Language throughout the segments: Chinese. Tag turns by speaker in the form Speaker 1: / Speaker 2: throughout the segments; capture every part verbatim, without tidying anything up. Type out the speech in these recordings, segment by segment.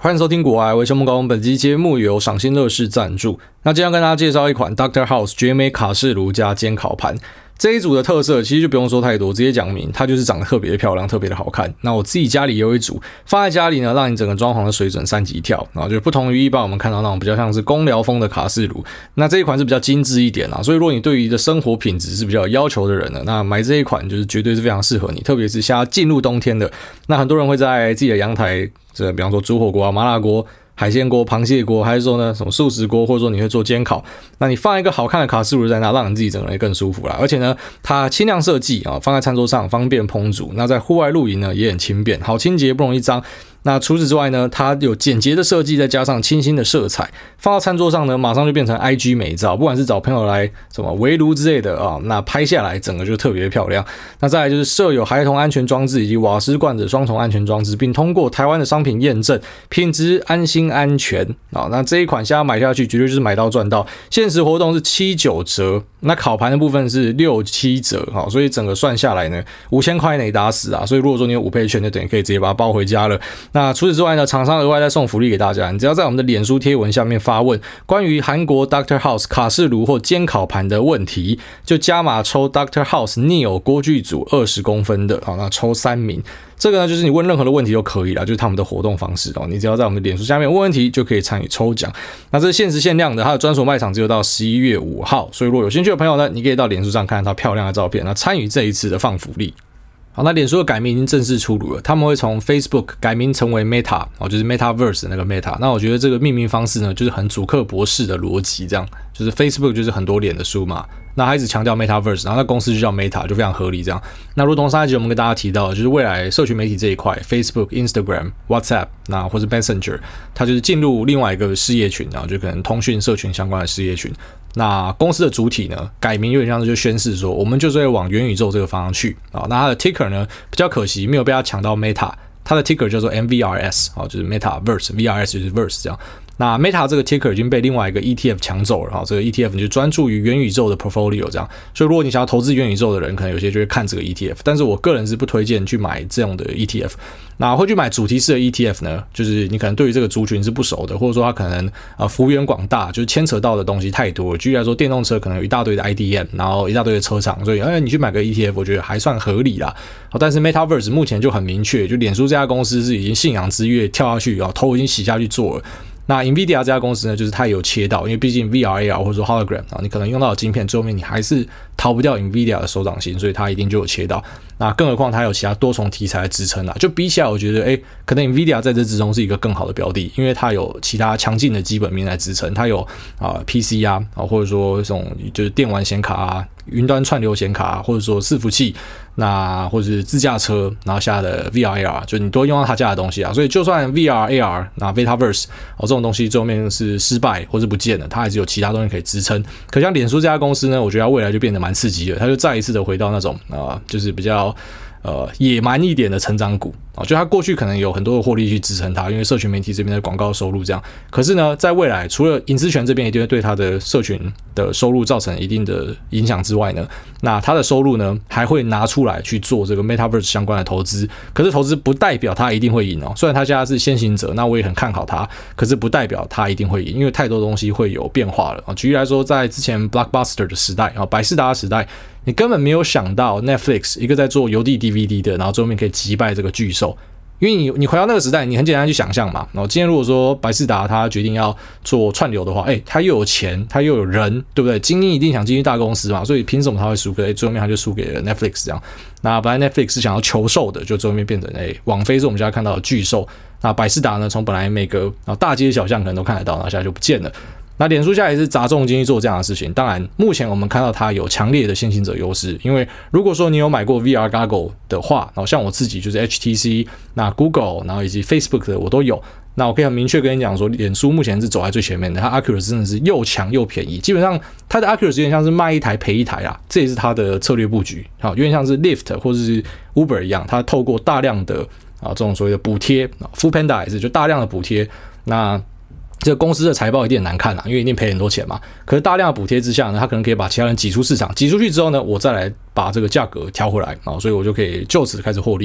Speaker 1: 欢迎收听国外微生物高工，本期节目由赏心乐事赞助。那今天要跟大家介绍一款 Doctor House G M A 卡式炉加煎烤盘。这一组的特色其实就不用说太多，直接讲明，它就是长得特别漂亮，特别的好看。那我自己家里有一组，放在家里呢，让你整个装潢的水准三级跳，然后就不同于一般我们看到那种比较像是公寮风的卡式炉。那这一款是比较精致一点啦，所以如果你对于的生活品质是比较有要求的人呢，那买这一款就是绝对是非常适合你，特别是现在进入冬天的，那很多人会在自己的阳台，这比方说煮火锅啊、麻辣锅、海鲜锅、螃蟹锅，还是说呢什么素食锅，或者说你会做煎烤，那你放一个好看的卡式炉在那，让你自己整个人更舒服啦。而且呢，它轻量设计啊，放在餐桌上方便烹煮。那在户外露营呢也很轻便，好清洁不容易脏。那除此之外呢，它有简洁的设计，再加上清新的色彩，放到餐桌上呢，马上就变成 I G 美照。不管是找朋友来什么围炉之类的啊，那拍下来整个就特别漂亮。那再来就是设有孩童安全装置以及瓦斯罐的双重安全装置，并通过台湾的商品验证，品质安心安全啊。那这一款现在买下去绝对就是买到赚到，限时活动是七九折，那烤盘的部分是六七折，好，所以整个算下来呢，五千块内打死啊。所以如果说你有五倍券，就等于可以直接把它包回家了。那除此之外呢，厂商额外再送福利给大家，你只要在我们的脸书贴文下面发问关于韩国 Doctor House 卡式炉或煎烤盘的问题，就加码抽 Doctor House Neo 锅具组二十公分的，好，那抽三名。这个呢，就是你问任何的问题都可以啦，就是他们的活动方式哦。你只要在我们的脸书下面问问题，就可以参与抽奖。那这是限时限量的，它的专属卖场只有到十一月五号，所以如果有兴趣的朋友呢，你可以到脸书上看到漂亮的照片，那参与这一次的放福利。好，那脸书的改名已经正式出炉了，他们会从 Facebook 改名成为 Meta， 哦，就是 Metaverse 的那个 Meta。那我觉得这个命名方式呢，就是很祖克伯式的逻辑，这样就是 Facebook 就是很多脸的书嘛，那他一直强调 Metaverse， 然后那公司就叫 Meta， 就非常合理这样。那如同上一集我们跟大家提到的，就是未来社群媒体这一块 ，Facebook、Instagram、WhatsApp， 那或是 Messenger， 它就是进入另外一个事业群，然后就可能通讯社群相关的事业群。那公司的主体呢，改名有点像是就宣示说，我们就是会往元宇宙这个方向去啊。那它的 ticker 呢，比较可惜没有被它抢到 Meta， 它的 ticker 叫做 M V R S， 啊，就是 Metaverse，V R S 就是 verse 这样。那 Meta 这个 ticker 已经被另外一个 E T F 抢走了，然后这个 E T F 就专注于元宇宙的 portfolio 这样。所以如果你想要投资元宇宙的人，可能有些就会看这个 E T F， 但是我个人是不推荐去买这样的 E T F。那会去买主题式的 E T F 呢，就是你可能对于这个族群是不熟的，或者说它可能呃幅员广大，就是牵扯到的东西太多了。举例来说，电动车可能有一大堆的 I D M， 然后一大堆的车厂，所以哎你去买个 E T F， 我觉得还算合理啦。好，但是 Metaverse 目前就很明确，就脸书这家公司是已经信仰之跃跳下去，头已经洗下去做了。那 Nvidia 这家公司呢，就是它有切到，因为毕竟 V R A R 或者说 Hologram 啊，你可能用到的晶片，最后面你还是逃不掉 Nvidia 的手掌心，所以它一定就有切到。那更何况它有其他多重题材的支撑啦，就比起来，我觉得，哎，可能 Nvidia 在这之中是一个更好的标的，因为它有其他强劲的基本面来支撑，它有啊、呃、P C 啊，或者说这种就是电玩显卡啊、云端串流显卡啊，或者说伺服器，那或者是自驾车，然后下的 V R A R， 就你都用到它家的东西啊，所以就算 V R A R 那 Metaverse 哦这种东西最后面是失败或是不见了，它还是有其他东西可以支撑。可像脸书这家公司呢，我觉得它未来就变得蛮刺激了，它就再一次的回到那种啊、呃，就是比较。呃，野蛮一点的成长股啊，就它过去可能有很多的获利去支撑它，因为社群媒体这边的广告收入这样。可是呢，在未来，除了隐私权这边一定会对它的社群的收入造成一定的影响之外呢，那它的收入呢还会拿出来去做这个 Metaverse 相关的投资。可是投资不代表它一定会赢哦，虽然它现在是先行者，那我也很看好它，可是不代表它一定会赢，因为太多东西会有变化了啊。举例来说，在之前 Blockbuster 的时代啊，百视达的时代。你根本没有想到 Netflix 一个在做邮递 D V D 的，然后最后面可以击败这个巨兽，因为你你回到那个时代，你很简单去想象嘛。然后今天如果说百视达他决定要做串流的话，哎，他又有钱，他又有人，对不对？精英一定想进去大公司嘛，所以凭什么他会输给？哎，最后面他就输给了 Netflix 这样。那本来 Netflix 是想要求售的，就最后面变成哎，网飞是我们现在看到的巨兽。那百视达呢，从本来每个然后大街小巷可能都看得到，然后现在就不见了。那脸书下也是砸重金去做这样的事情，当然目前我们看到它有强烈的先行者优势，因为如果说你有买过 V R Goggle 的话，然后像我自己就是 H T C， 那 Google， 然后以及 Facebook 的我都有，那我可以很明确跟你讲说，脸书目前是走在最前面的，它 Accuracy 真的是又强又便宜，基本上它的 Accuracy 有点像是卖一台赔一台啦，这也是它的策略布局，好，有点像是 Lyft 或者是 Uber 一样，它透过大量的啊这种所谓的补贴 ，Foodpanda 也是就大量的补贴，那这个公司的财报一定很难看啦，因为一定赔很多钱嘛。可是大量的补贴之下呢，他可能可以把其他人挤出市场，挤出去之后呢，我再来把这个价格调回来，所以我就可以就此开始获利。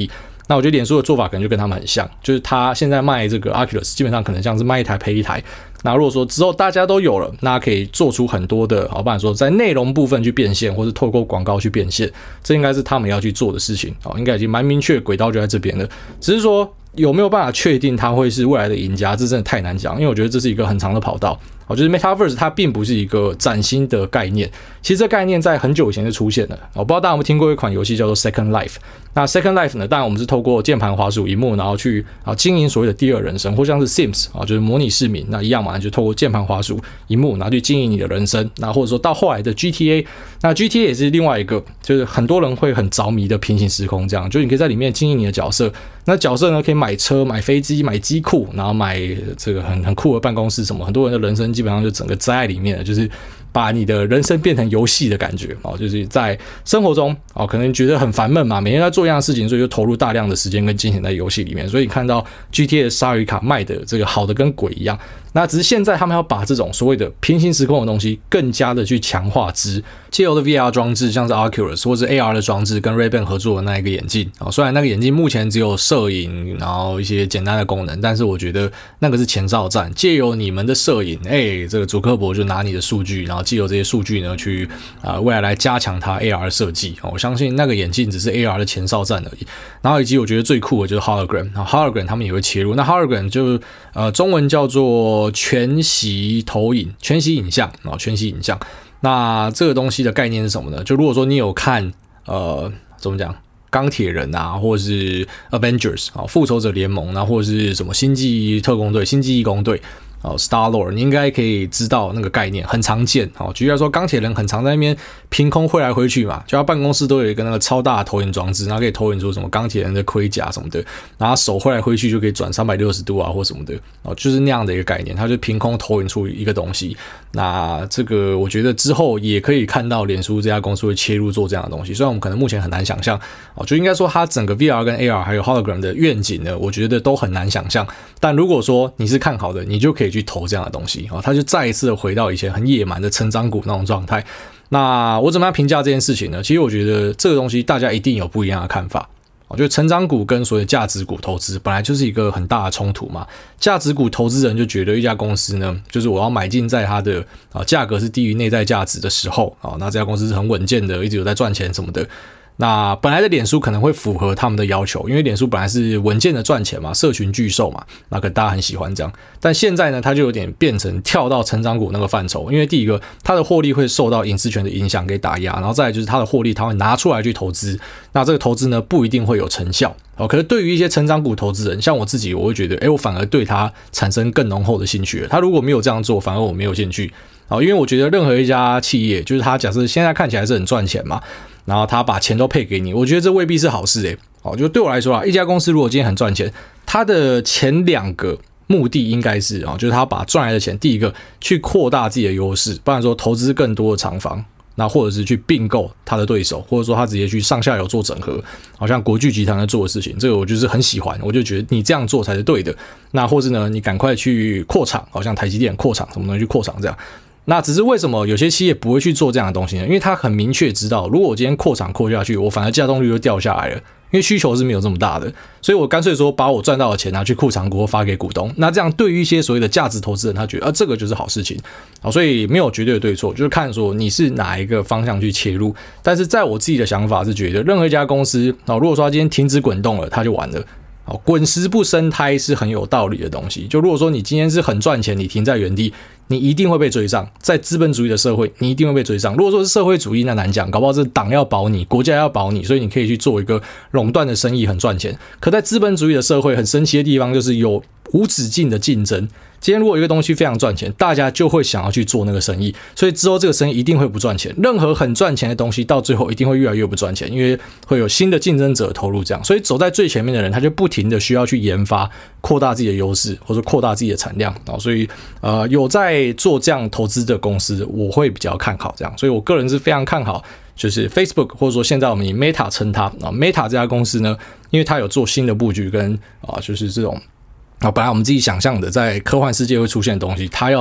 Speaker 1: 那我觉得脸书的做法可能就跟他们很像，就是他现在卖这个 Oculus 基本上可能像是卖一台配一台。那如果说之后大家都有了，那可以做出很多的，好，不然说在内容部分去变现，或是透过广告去变现，这应该是他们要去做的事情，应该已经蛮明确，轨道就在这边了。只是说有没有办法确定他会是未来的赢家，这真的太难讲，因为我觉得这是一个很长的跑道。我觉得 Metaverse 它并不是一个崭新的概念，其实这概念在很久以前就出现了。我不知道大家有没有听过一款游戏叫做 Second Life。那 Second Life 呢，当然我们是透过键盘、滑鼠、萤幕，然后去啊经营所谓的第二人生，或像是 Sims 啊，就是模拟市民，那一样嘛，就透过键盘、滑鼠、萤幕，然后去经营你的人生。那或者说到后来的 G T A， 那 G T A 也是另外一个，就是很多人会很着迷的平行时空，这样，就是你可以在里面经营你的角色。那角色呢，可以买车、买飞机、买机库，然后买这个很很酷的办公室什么，很多人的人生基本上就整个栽在里面了，就是把你的人生变成游戏的感觉哦，就是在生活中哦，可能觉得很烦闷嘛，每天在做一样的事情，所以就投入大量的时间跟金钱在游戏里面。所以你看到 G T A 的鲨鱼卡卖的这个好的跟鬼一样，那只是现在他们要把这种所谓的平行时空的东西更加的去强化之，借由的 V R 装置，像是 Oculus 或是 A R 的装置，跟 Ray-Ban 合作的那一个眼镜哦，虽然那个眼镜目前只有摄影，然后一些简单的功能，但是我觉得那个是前哨战，借由你们的摄影，哎，这个祖克伯就拿你的数据，然后借由这些数据呢，去啊、呃、未来来加强它 A R 的设计、哦。我相信那个眼镜只是 A R 的前哨战而已。然后以及我觉得最酷的就是 Hologram， 然后 Hologram 他们也会切入。那 Hologram 就呃中文叫做全息投影、全息影像啊、哦，全息影像。那这个东西的概念是什么呢？就如果说你有看呃怎么讲？钢铁人啊，或者是 Avengers 啊，复仇者联盟啊，或者是什么星际特工队、星际义工队。哦 ，Star Lord， 你应该可以知道那个概念，很常见。哦，举例来说，钢铁人很常在那边凭空挥来挥去嘛，就他办公室都有一个那个超大的投影装置，然后可以投影出什么钢铁人的盔甲什么的，然后手挥来挥去就可以转三百六十度啊，或什么的。哦，就是那样的一个概念，它就凭空投影出一个东西。那这个我觉得之后也可以看到脸书这家公司会切入做这样的东西，虽然我们可能目前很难想象。哦，就应该说它整个 V R 跟 A R 还有 Hologram 的愿景呢，我觉得都很难想象。但如果说你是看好的，你就可以去投这样的东西，它就再一次的回到以前很野蛮的成长股那种状态。那我怎么样评价这件事情呢？其实我觉得这个东西大家一定有不一样的看法。我觉得成长股跟所谓的价值股投资本来就是一个很大的冲突嘛。价值股投资人就觉得一家公司呢，就是我要买进在它的啊价格是低于内在价值的时候啊，那这家公司是很稳健的，一直有在赚钱什么的。那本来的脸书可能会符合他们的要求，因为脸书本来是稳健的赚钱嘛，社群巨兽嘛，那可能大家很喜欢这样。但现在呢，它就有点变成跳到成长股那个范畴，因为第一个，它的获利会受到隐私权的影响给打压，然后再来就是它的获利它会拿出来去投资，那这个投资呢不一定会有成效。哦，可是对于一些成长股投资人，像我自己，我会觉得，哎，我反而对它产生更浓厚的兴趣了。他如果没有这样做，反而我没有兴趣。哦，因为我觉得任何一家企业，就是它假设现在看起来是很赚钱嘛，然后他把钱都配给你，我觉得这未必是好事诶、欸。哦，就对我来说啊，一家公司如果今天很赚钱，它的前两个目的应该是啊，就是他把赚来的钱，第一个去扩大自己的优势，不然说投资更多的厂房。那或者是去并购他的对手，或者说他直接去上下游做整合，好像国巨集团在做的事情，这个我就是很喜欢，我就觉得你这样做才是对的。那或是呢，你赶快去扩厂，好像台积电扩厂什么东西去扩厂这样。那只是为什么有些企业不会去做这样的东西呢？因为他很明确知道，如果我今天扩厂扩下去，我反而价动率就掉下来了。因为需求是没有这么大的，所以我干脆说把我赚到的钱拿去库藏股或发给股东。那这样对于一些所谓的价值投资人，他觉得啊这个就是好事情，好，所以没有绝对的对错，就是看说你是哪一个方向去切入。但是在我自己的想法是觉得，任何一家公司，如果说他今天停止滚动了，它就完了。滚石不生胎是很有道理的东西。就如果说你今天是很赚钱，你停在原地，你一定会被追上。在资本主义的社会，你一定会被追上。如果说是社会主义，那难讲，搞不好是党要保你，国家要保你，所以你可以去做一个垄断的生意，很赚钱。可在资本主义的社会，很神奇的地方就是有无止境的竞争。今天如果有一个东西非常赚钱，大家就会想要去做那个生意，所以之后这个生意一定会不赚钱。任何很赚钱的东西到最后一定会越来越不赚钱，因为会有新的竞争者投入这样。所以走在最前面的人，他就不停的需要去研发，扩大自己的优势，或者扩大自己的产量。所以呃，有在做这样投资的公司，我会比较看好这样。所以我个人是非常看好，就是 Facebook 或者说现在我们以 Meta 称它 Meta 这家公司呢，因为它有做新的布局跟啊，就是这种。啊，本来我们自己想象的在科幻世界会出现的东西，它要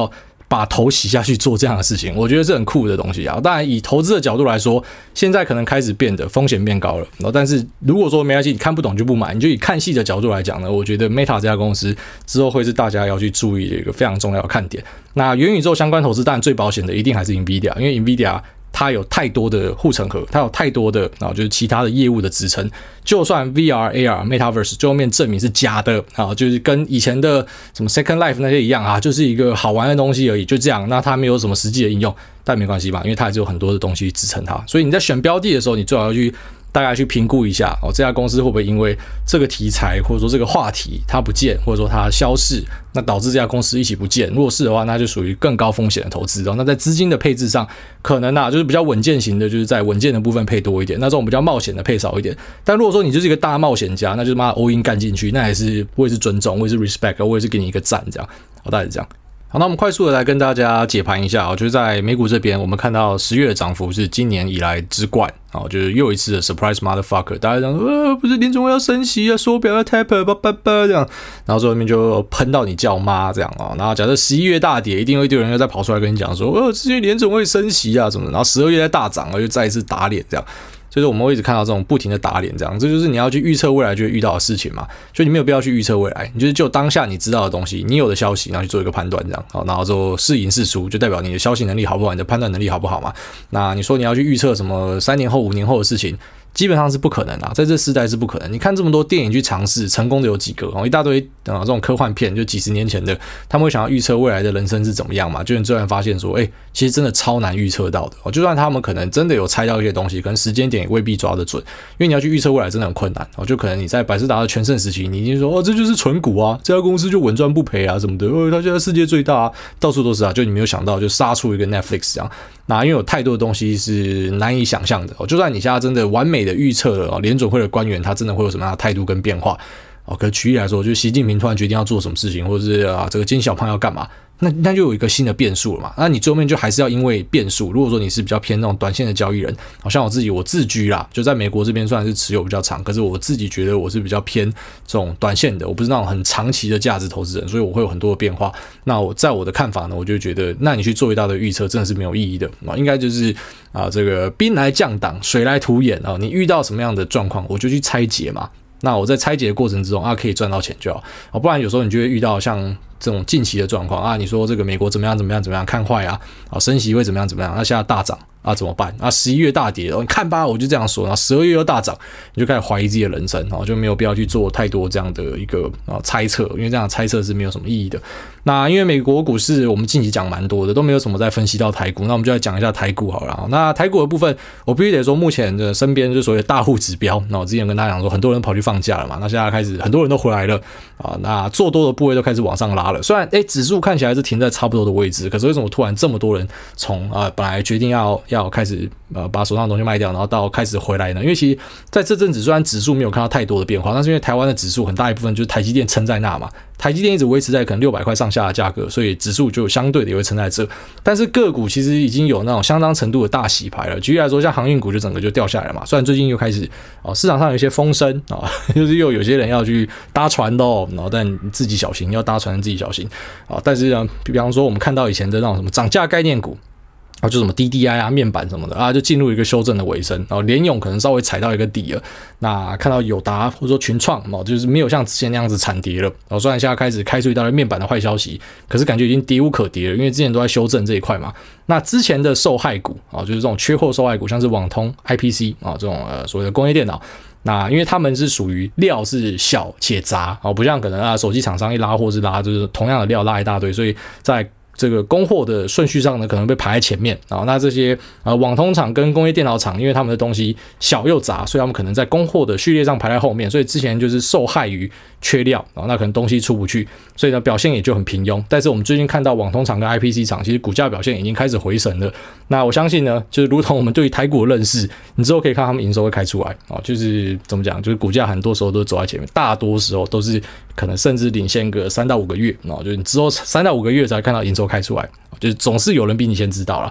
Speaker 1: 把头洗下去做这样的事情，我觉得是很酷的东西啊。当然以投资的角度来说，现在可能开始变得风险变高了，但是如果说没关系，你看不懂就不买，你就以看戏的角度来讲呢，我觉得 Meta 这家公司之后会是大家要去注意的一个非常重要的看点。那元宇宙相关投资当然最保险的一定还是 Nvidia， 因为 Nvidia它有太多的护城河，它有太多的啊，就是其他的业务的支撑。就算 V R、A R、Metaverse 最后面证明是假的啊，就是跟以前的什么 Second Life 那些一样啊，就是一个好玩的东西而已，就这样。那它没有什么实际的应用，但没关系吧，因为它还是有很多的东西支撑它。所以你在选标的的时候，你最好要去大概去评估一下哦，这家公司会不会因为这个题材或者说这个话题它不见，或者说它消逝，那导致这家公司一起不见。如果是的话，那就属于更高风险的投资哦。那在资金的配置上，可能啊就是比较稳健型的，就是在稳健的部分配多一点，那这种比较冒险的配少一点。但如果说你就是一个大冒险家，那就是妈 all in 干进去，那还是我也是尊重，我也是 respect， 我也是给你一个赞这样。好，大概是这样。好，那我们快速的来跟大家解盘一下，就是在美股这边，我们看到十月的涨幅是今年以来之冠，就是又一次的 surprise motherfucker， 大家讲说，呃，不是联准会要升息啊，手表要 taper， 叭叭叭这样，然后最后面就喷到你叫妈这样啊，然后假设十一月大跌，一定会一堆人又再跑出来跟你讲说，呃，之前联准会升息啊什么的，然后十二月再大涨，又再一次打脸这样。就是我们会一直看到这种不停的打脸，这样，这就是你要去预测未来就会遇到的事情嘛。就你没有必要去预测未来，你就是就当下你知道的东西，你有的消息，然后去做一个判断，这样，好，然后之后是赢是输，就代表你的消息能力好不好，你的判断能力好不好嘛。那你说你要去预测什么三年后、五年后的事情，基本上是不可能啊，在这世代是不可能。你看这么多电影去尝试，成功的有几个？一大堆啊，这种科幻片，就几十年前的，他们会想要预测未来的人生是怎么样嘛？就你突然发现说，哎、欸，其实真的超难预测到的。就算他们可能真的有猜到一些东西，可能时间点也未必抓得准，因为你要去预测未来真的很困难。就可能你在百事达的全盛时期，你已经说，哦，这就是纯股啊，这家公司就稳赚不赔啊什么的，哦，它现在世界最大啊，到处都是啊。就你没有想到，就杀出一个 Netflix 这样。那因为有太多的东西是难以想象的，就算你现在真的完美的预测了联准会的官员他真的会有什么样的态度跟变化，可举例来说，就是习近平突然决定要做什么事情，或者是啊这个金小胖要干嘛，那那就有一个新的变数了嘛。那你最后面就还是要因为变数，如果说你是比较偏那种短线的交易人，好像我自己我自居啦，就在美国这边虽然是持有比较长，可是我自己觉得我是比较偏这种短线的，我不是那种很长期的价值投资人，所以我会有很多的变化。那我在我的看法呢，我就觉得那你去做一大堆预测真的是没有意义的，应该就是啊这个兵来将挡，水来土掩啊，你遇到什么样的状况我就去拆解嘛。那我在拆解的过程之中啊，可以赚到钱就好，不然有时候你就会遇到像这种近期的状况啊，你说这个美国怎么样怎么样怎么样看坏啊，啊升息会怎么样怎么样，那现在大涨啊怎么办啊？十一月大跌，你看吧，我就这样说，然后十二月又大涨，你就开始怀疑自己的人生，然后就没有必要去做太多这样的一个啊猜测，因为这样的猜测是没有什么意义的。那因为美国股市我们近期讲蛮多的，都没有什么在分析到台股，那我们就来讲一下台股好了。那台股的部分，我必须得说，目前的身边就所谓的大户指标，那我之前跟大家讲说，很多人跑去放假了嘛，那现在开始很多人都回来了啊，那做多的部位都开始往上拉了。虽然哎指数看起来是停在差不多的位置，可是为什么突然这么多人从啊本来决定要要开始呃把手上的东西卖掉，然后到开始回来呢？因为其实在这阵子虽然指数没有看到太多的变化，但是因为台湾的指数很大一部分就是台积电撑在那嘛。台积电一直维持在可能六百块上下的价格，所以指数就相对的也会撑在这。但是个股其实已经有那种相当程度的大洗牌了。举例来说，像航运股就整个就掉下来了嘛。虽然最近又开始哦，市场上有一些风声啊，就是又有些人要去搭船的哦，然后但你自己小心，要搭船自己小心啊。但是呢，比方说我们看到以前的那种什么涨价概念股。啊，就什么 D D I 啊、面板什么的啊，就进入一个修正的尾声。然后联咏可能稍微踩到一个底了。那看到友达或者说群创，就是没有像之前那样子惨跌了。然后虽然现在开始开出一大堆面板的坏消息，可是感觉已经跌无可跌了，因为之前都在修正这一块嘛。那之前的受害股啊，就是这种缺货受害股，像是网通、I P C 啊这种呃所谓的工业电脑。那因为他们是属于料是小且杂，不像可能啊手机厂商一拉货是拉就是同样的料拉一大堆，所以在这个供货的顺序上呢，可能被排在前面啊。那这些呃网通厂跟工业电脑厂，因为他们的东西小又杂，所以他们可能在供货的序列上排在后面，所以之前就是受害于缺料啊，那可能东西出不去，所以呢表现也就很平庸。但是我们最近看到网通厂跟 I P C 厂，其实股价表现已经开始回神了。那我相信呢，就是如同我们对于台股的认识，你之后可以看他们营收会开出来啊，就是怎么讲，就是股价很多时候都走在前面，大多时候都是可能甚至领先个三到五个月啊，就是你之后三到五个月才看到营收开出来，就是总是有人比你先知道啦。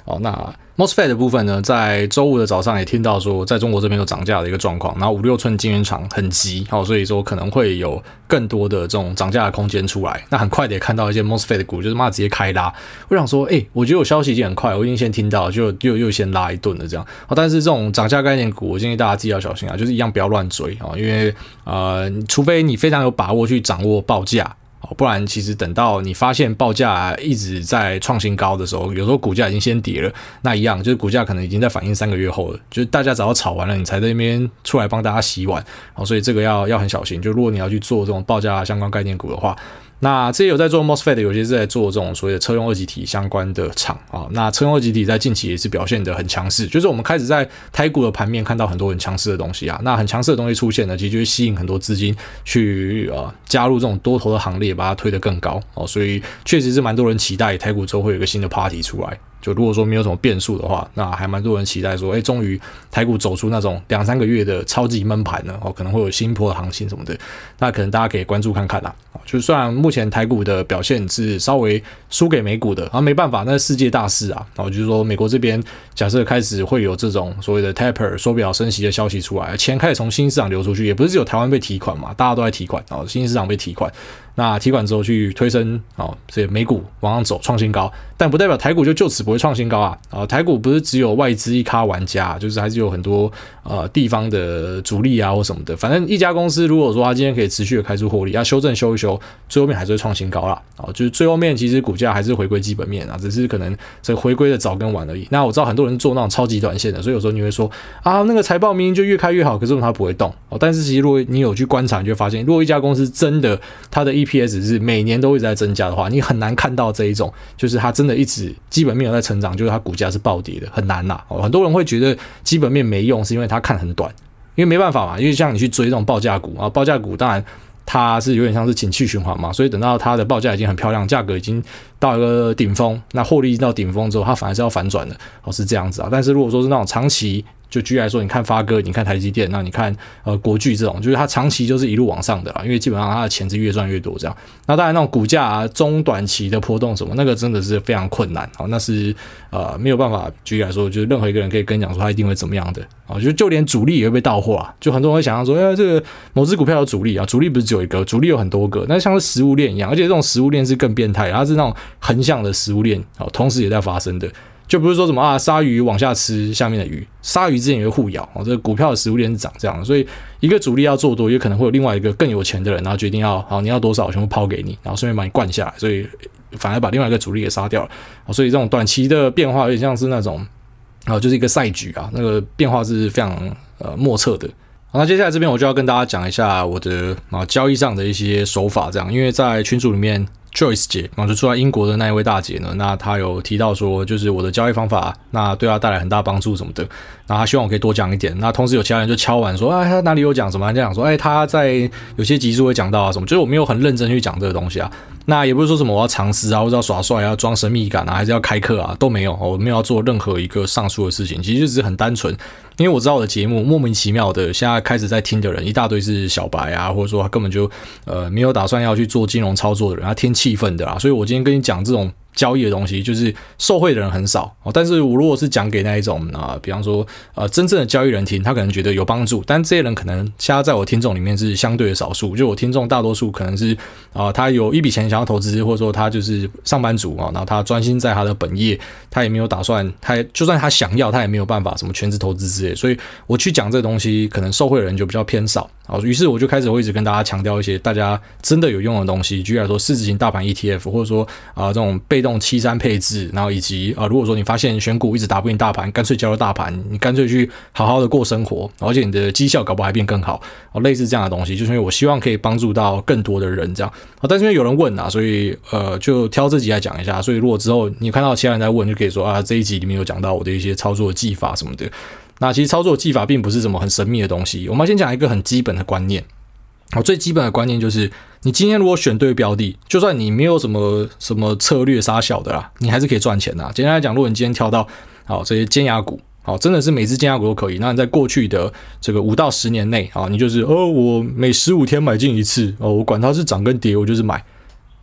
Speaker 1: 哦，那 M O S F E T 的部分呢，在周五的早上也听到说，在中国这边有涨价的一个状况，然后五六寸晶圆厂很急，哦，所以说可能会有更多的这种涨价的空间出来。那很快的也看到一些 M O S F E T 的股，就是妈直接开拉。我想说，哎、欸，我觉得我消息已经很快，我已经先听到，就又又先拉一顿了这样。哦，但是这种涨价概念股，我建议大家自己要小心啊，就是一样不要乱追啊，因为呃，除非你非常有把握去掌握报价。不然其实等到你发现报价一直在创新高的时候，有时候股价已经先跌了，那一样就是股价可能已经在反映三个月后了，就是大家只要炒完了，你才在那边出来帮大家洗碗，所以这个要要很小心。就如果你要去做这种报价相关概念股的话，那这些有在做 M O S F E T 的，有些是在做这种所谓的车用二极体相关的厂啊。那车用二极体在近期也是表现得很强势，就是我们开始在台股的盘面看到很多很强势的东西啊。那很强势的东西出现呢，其实就会吸引很多资金去呃加入这种多头的行列，把它推得更高哦。所以确实是蛮多人期待台股之后会有一个新的 party 出来。就如果说没有什么变数的话，那还蛮多人期待说，哎，终于台股走出那种两三个月的超级闷盘了，哦，可能会有新波的行情什么的，那可能大家可以关注看看啦。就虽然目前台股的表现是稍微输给美股的，啊，没办法，那是世界大事啊，然后就是说美国这边假设开始会有这种所谓的 taper 缩表升息的消息出来，钱开始从新市场流出去，也不是只有台湾被提款嘛，大家都在提款，然后新市场被提款。那提款之后去推升哦，这美股往上走创新高，但不代表台股就就此不会创新高啊！啊，台股不是只有外资一咖玩家，就是还是有很多呃地方的主力啊或什么的。反正一家公司如果说它今天可以持续的开出获利，要修正修一修，最后面还是会创新高啦。啊，就是最后面其实股价还是回归基本面啊，只是可能这回归的早跟晚而已。那我知道很多人做那种超级短线的，所以有时候你会说啊，那个财报明明就越开越好，可是它不会动哦。但是其实如果你有去观察，你就会发现，如果一家公司真的它的 E P S 是每年都一直在增加的话，你很难看到这一种，就是它真的一直基本面有在成长，就是它股价是暴跌的，很难啦。很多人会觉得基本面没用，是因为它看很短，因为没办法嘛，因为像你去追这种报价股啊，报价股当然它是有点像是景气循环嘛，所以等到它的报价已经很漂亮，价格已经到一个顶峰，那获利到顶峰之后，它反而是要反转的，哦，是这样子啊。但是如果说是那种长期，就举例来说，你看发哥，你看台积电，那你看呃国巨这种，就是它长期就是一路往上的啦，因为基本上它的钱是越赚越多这样。那当然那种股价啊中短期的波动什么，那个真的是非常困难，好，那是呃没有办法举例来说，就是任何一个人可以跟你讲说它一定会怎么样的啊，就就连主力也会被到货啊，就很多人会想象说，哎，这个某只股票有主力啊，主力不是只有一个，主力有很多个，那像是食物链一样，而且这种食物链是更变态，它是那种横向的食物链，哦，同时也在发生的。就不是说什么啊，鲨鱼往下吃下面的鱼，鲨鱼之间也会互咬哦。这个股票的食物链是长这样的，所以一个主力要做多，也可能会有另外一个更有钱的人，然后决定要好你要多少，全部抛给你，然后顺便把你灌下来，所以反而把另外一个主力给杀掉了。所以这种短期的变化有点像是那种啊，就是一个赛局啊，那个变化是非常呃莫测的。好，那接下来这边我就要跟大家讲一下我的啊交易上的一些手法，这样，因为在群组里面。Joyce 姐，就住在英国的那一位大姐呢，那她有提到说，就是我的交易方法，那对她带来很大帮助什么的，那她希望我可以多讲一点。那同时有其他人就敲碗说，啊，她哪里有讲什么？就讲说，哎，她在有些集数会讲到啊什么，就是我没有很认真去讲这个东西啊。那也不是说什么我要尝试啊，或者要耍帅啊，要装神秘感啊，还是要开课啊，都没有，我没有要做任何一个上述的事情，其实就只是很单纯，因为我知道我的节目莫名其妙的，现在开始在听的人一大堆是小白啊，或者说他根本就呃没有打算要去做金融操作的人，他听气氛的啦，所以我今天跟你讲这种交易的东西，就是受惠的人很少，但是我如果是讲给那一种啊、呃，比方说呃真正的交易人听，他可能觉得有帮助，但这些人可能现在在我听众里面是相对的少数，就我听众大多数可能是啊、呃，他有一笔钱想要投资，或者说他就是上班族啊，然后他专心在他的本业，他也没有打算，他就算他想要，他也没有办法什么全职投资之类，所以我去讲这个东西，可能受惠的人就比较偏少。好，于是我就开始会一直跟大家强调一些大家真的有用的东西，举例来说市值型大盘 E T F， 或者说啊、呃、这种被动七三配置，然后以及啊、呃、如果说你发现选股一直打不赢大盘，干脆加入大盘，你干脆去好好的过生活，而且你的绩效搞不好还变更好，哦，类似这样的东西，就是因为我希望可以帮助到更多的人这样。啊，但是因为有人问啊，所以呃就挑这集来讲一下。所以如果之后你看到其他人在问，就可以说啊这一集里面有讲到我的一些操作技法什么的。那其实操作技法并不是什么很神秘的东西，我们要先讲一个很基本的观念。好，最基本的观念就是，你今天如果选对标的，就算你没有什么什么策略杀小的啦，你还是可以赚钱的。简单来讲，如果你今天挑到好这些尖牙股，好，真的是每只尖牙股都可以。那你在过去的这个五到十年内，啊，你就是哦，我每十五天买进一次，哦，我管它是涨跟跌，我就是买。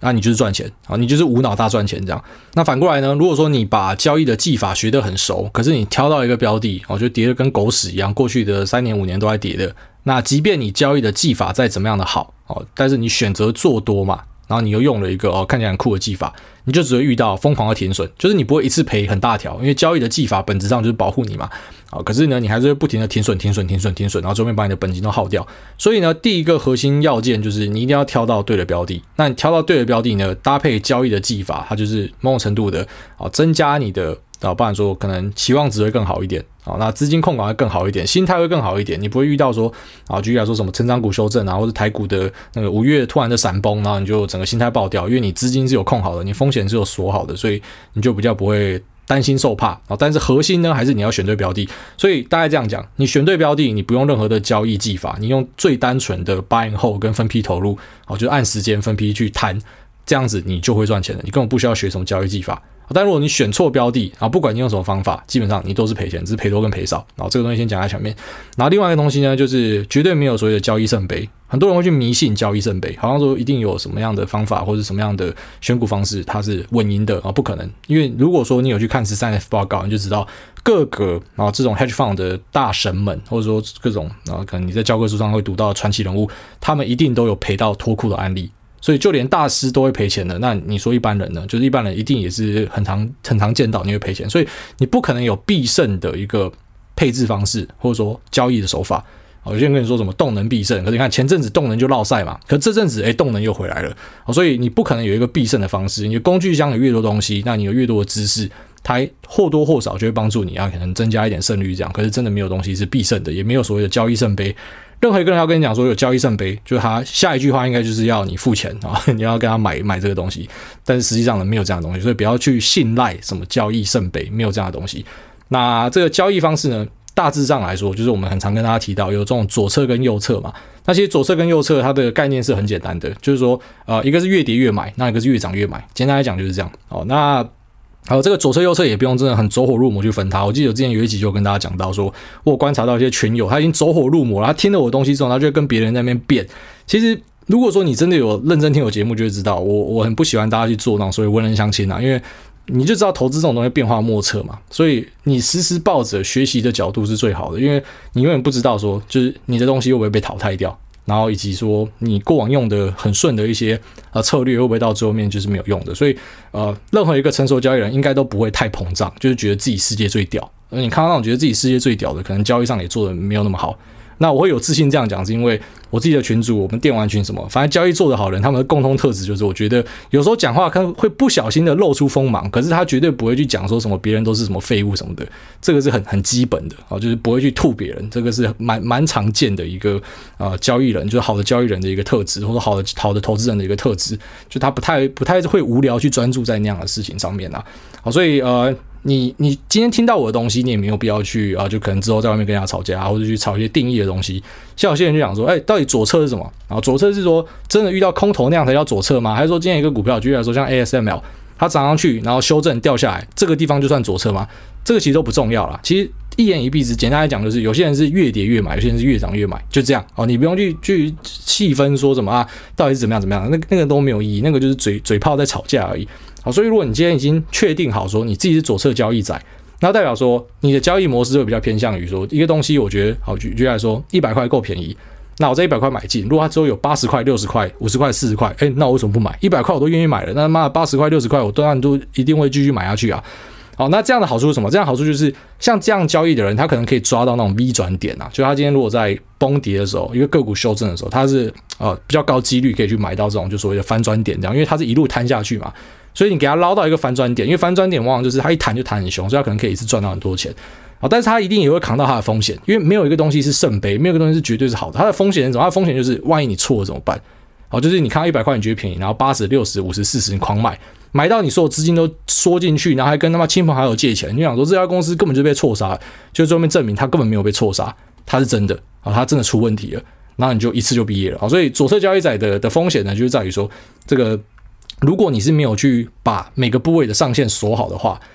Speaker 1: 那你就是赚钱啊，你就是无脑大赚钱这样。那反过来呢，如果说你把交易的技法学得很熟，可是你挑到一个标的，我觉得跌得跟狗屎一样，过去的三年五年都在跌的，那即便你交易的技法再怎么样的好，但是你选择做多嘛，然后你又用了一个哦看起来很酷的技法，你就只会遇到疯狂的停损，就是你不会一次赔很大条，因为交易的技法本质上就是保护你嘛。啊，可是呢，你还是会不停的停损、停损、停损、停损，然后最后面把你的本金都耗掉。所以呢，第一个核心要件就是你一定要挑到对的标的。那你挑到对的标的呢，搭配交易的技法，它就是某种程度的啊增加你的啊，不然说可能期望值会更好一点啊，那资金控管会更好一点，心态会更好一点。你不会遇到说啊，举例来说什么成长股修正啊，或者台股的那个五月突然的闪崩，然后你就整个心态爆掉，因为你资金是有控好的，你风险是有锁好的，所以你就比较不会担心受怕，但是核心呢还是你要选对标的。所以大概这样讲，你选对标的，你不用任何的交易技法，你用最单纯的 buy and hold 跟分批投入，就按时间分批去摊，这样子你就会赚钱了，你根本不需要学什么交易技法。但如果你选错标的，然后不管你用什么方法，基本上你都是赔钱，只是赔多跟赔少。然后这个东西先讲在前面。然后另外一个东西呢，就是绝对没有所谓的交易圣杯。很多人会去迷信交易圣杯，好像说一定有什么样的方法或者什么样的选股方式它是稳赢的啊，不可能。因为如果说你有去看十三 F 报告，你就知道各个啊这种 hedge fund 的大神们，或者说各种啊可能你在教科书上会读到的传奇人物，他们一定都有赔到脱裤的案例。所以就连大师都会赔钱的，那你说一般人呢？就是一般人一定也是很常很常见到你会赔钱，所以你不可能有必胜的一个配置方式，或者说交易的手法。有些人跟你说什么动能必胜，可是你看前阵子动能就落赛嘛，可是这阵子哎动能又回来了，所以你不可能有一个必胜的方式。你的工具箱有越多东西，那你有越多的知识，它或多或少就会帮助你啊，可能增加一点胜率这样。可是真的没有东西是必胜的，也没有所谓的交易圣杯。任何一个人要跟你讲说有交易圣杯，就是他下一句话应该就是要你付钱啊，你要跟他买买这个东西。但是实际上呢，没有这样的东西，所以不要去信赖什么交易圣杯，没有这样的东西。那这个交易方式呢，大致上来说，就是我们很常跟大家提到有这种左侧跟右侧嘛。那其实左侧跟右侧它的概念是很简单的，就是说呃，一个是越跌越买，那一个是越涨越买。简单来讲就是这样哦。那好，这个左侧右侧也不用真的很走火入魔去分它。我记得我之前有一集就跟大家讲到说，我有观察到一些群友他已经走火入魔了，他听了我的东西之后，他就会跟别人在那边辩。其实如果说你真的有认真听我节目，就会知道我我很不喜欢大家去做那种所谓文人相亲啊，因为你就知道投资这种东西变化莫测嘛，所以你时时抱着学习的角度是最好的，因为你永远不知道说就是你的东西会不会被淘汰掉。然后以及说你过往用的很顺的一些呃策略会不会到最后面就是没有用的，所以呃任何一个成熟交易人应该都不会太膨胀，就是觉得自己世界最屌。而你看到那种觉得自己世界最屌的，可能交易上也做的没有那么好。那我会有自信这样讲，是因为我自己的群组，我们电玩群什么，反正交易做得好的人，他们的共同特质就是，我觉得有时候讲话可能会不小心的露出锋芒，可是他绝对不会去讲说什么别人都是什么废物什么的，这个是很很基本的啊，就是不会去吐别人，这个是蛮蛮常见的一个呃交易人，就是好的交易人的一个特质，或者好的好的投资人的一个特质，就他不太不太会无聊去专注在那样的事情上面啊。好，所以呃。你你今天听到我的东西，你也没有必要去啊，就可能之后在外面跟人家吵架、啊，或者去吵一些定义的东西。像有些人就讲说，哎、欸，到底左侧是什么？然后左侧是说真的遇到空头那样才叫左侧吗？还是说今天一个股票，举例来说像 A S M L， 它涨上去，然后修正掉下来，这个地方就算左侧吗？这个其实都不重要啦。其实一言以蔽之，简单来讲就是，有些人是越跌越买，有些人是越涨越买，就这样哦。你不用去去细分说什么啊，到底是怎么样怎么样，那那个都没有意义，那个就是嘴嘴炮在吵架而已。好，所以如果你今天已经确定好说你自己是左侧交易仔，那代表说你的交易模式会比较偏向于说一个东西，我觉得好举举来说一百块够便宜，那我这一百块买进，如果它之后有八十块、六十块、五十块、四十块，哎，那我为什么不买？一百块我都愿意买了，那妈的八十块、六十块我当然都一定会继续买下去啊。好，那这样的好处是什么？这样的好处就是像这样交易的人，他可能可以抓到那种 V 转点啊，就他今天如果在崩跌的时候，一个个股修正的时候，他是呃比较高几率可以去买到这种就所谓的翻转点这样，因为它是一路摊下去嘛。所以你给他捞到一个反转点，因为反转点往往就是他一弹就弹很凶，所以他可能可以一次赚到很多钱。好，但是他一定也会扛到他的风险，因为没有一个东西是圣杯，没有一个东西是绝对是好的。他的风险是什么？他的风险就是万一你错了怎么办？好，就是你看到一百块你觉得便宜，然后八十、六十、五十、四十你狂买，买到你所有资金都缩进去，然后还跟他妈亲朋好友借钱，你想说这家公司根本就被错杀，就最后面证明他根本没有被错杀，他是真的啊，他真的出问题了，然后你就一次就毕业了。好，所以左侧交易仔的的风险呢，就是在于说这个。如果你是没有去把每个部位的上限锁好的话，